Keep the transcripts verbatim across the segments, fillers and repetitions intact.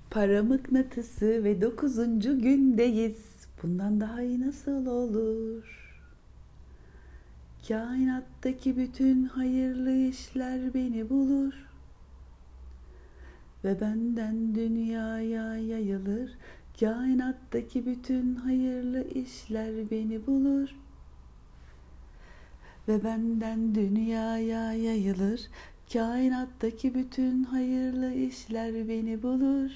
Para mıknatısı ve dokuzuncu gündeyiz. Bundan daha iyi nasıl olur? Kainattaki bütün hayırlı işler beni bulur ve benden dünyaya yayılır. Kainattaki bütün hayırlı işler beni bulur ve benden dünyaya yayılır. Kainattaki bütün hayırlı işler beni bulur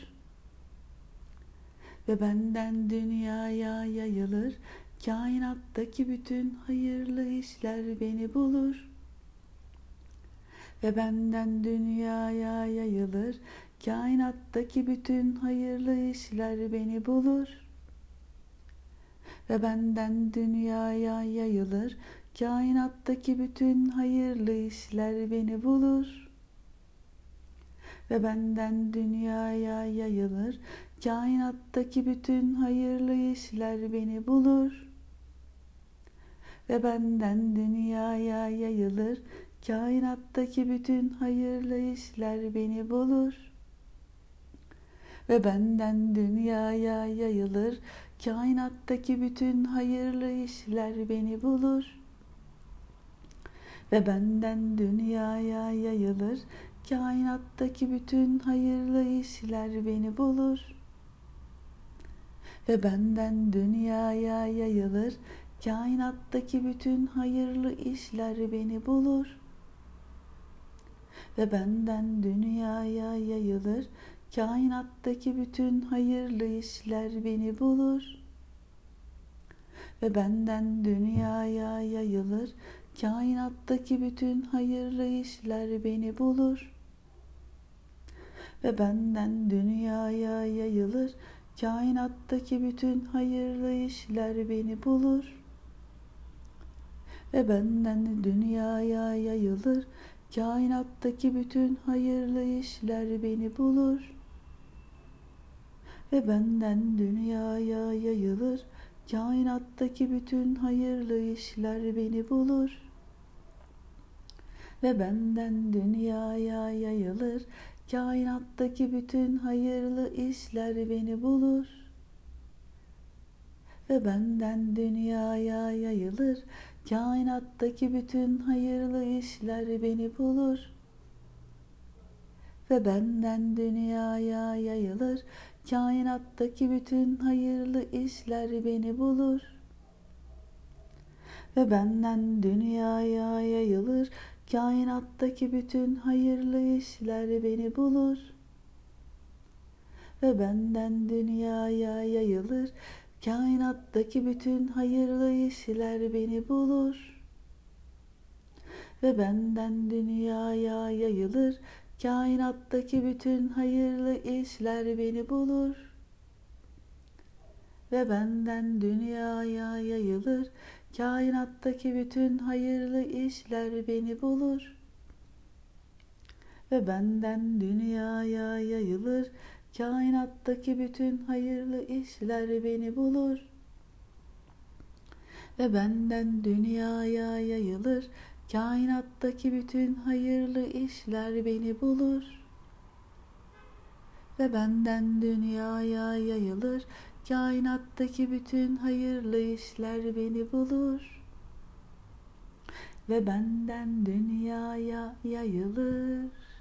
ve benden dünyaya yayılır. Kainattaki bütün hayırlı işler beni bulur ve benden dünyaya yayılır. Kainattaki bütün hayırlı işler beni bulur ve benden dünyaya yayılır. Kainattaki bütün hayırlı işler beni bulur ve benden dünyaya yayılır. Kainattaki bütün hayırlı işler beni bulur ve benden dünyaya yayılır. Kainattaki bütün hayırlı işler beni bulur ve benden dünyaya yayılır. Kainattaki bütün hayırlı işler beni bulur ve benden dünyaya yayılır. Kainattaki bütün hayırlı işler beni bulur ve benden dünyaya yayılır. Kainattaki bütün hayırlı işler beni bulur ve benden dünyaya yayılır. Kainattaki bütün hayırlı işler beni bulur ve benden dünyaya yayılır. Kainattaki bütün hayırlı işler beni bulur ve benden dünyaya yayılır. Kainattaki bütün hayırlı işler beni bulur ve benden dünyaya yayılır. Kainattaki bütün hayırlı işler beni bulur ve benden dünyaya yayılır. Kainattaki bütün hayırlı işler beni bulur ve benden dünyaya yayılır. Kainattaki bütün hayırlı işler beni bulur ve benden dünyaya yayılır. Kainattaki bütün hayırlı işler beni bulur ve benden dünyaya yayılır. Kainattaki bütün hayırlı işler beni bulur ve benden dünyaya yayılır. Kainattaki bütün hayırlı işler beni bulur ve benden dünyaya yayılır. Kainattaki bütün hayırlı işler beni bulur ve benden dünyaya yayılır. Kainattaki bütün hayırlı işler beni bulur ve benden dünyaya yayılır. Kainattaki bütün hayırlı işler beni bulur ve benden dünyaya yayılır. Kainattaki bütün hayırlı işler beni bulur ve benden dünyaya yayılır. Kainattaki bütün hayırlı işler beni bulur ve benden dünyaya yayılır. Kainattaki bütün hayırlı işler beni bulur ve benden dünyaya yayılır.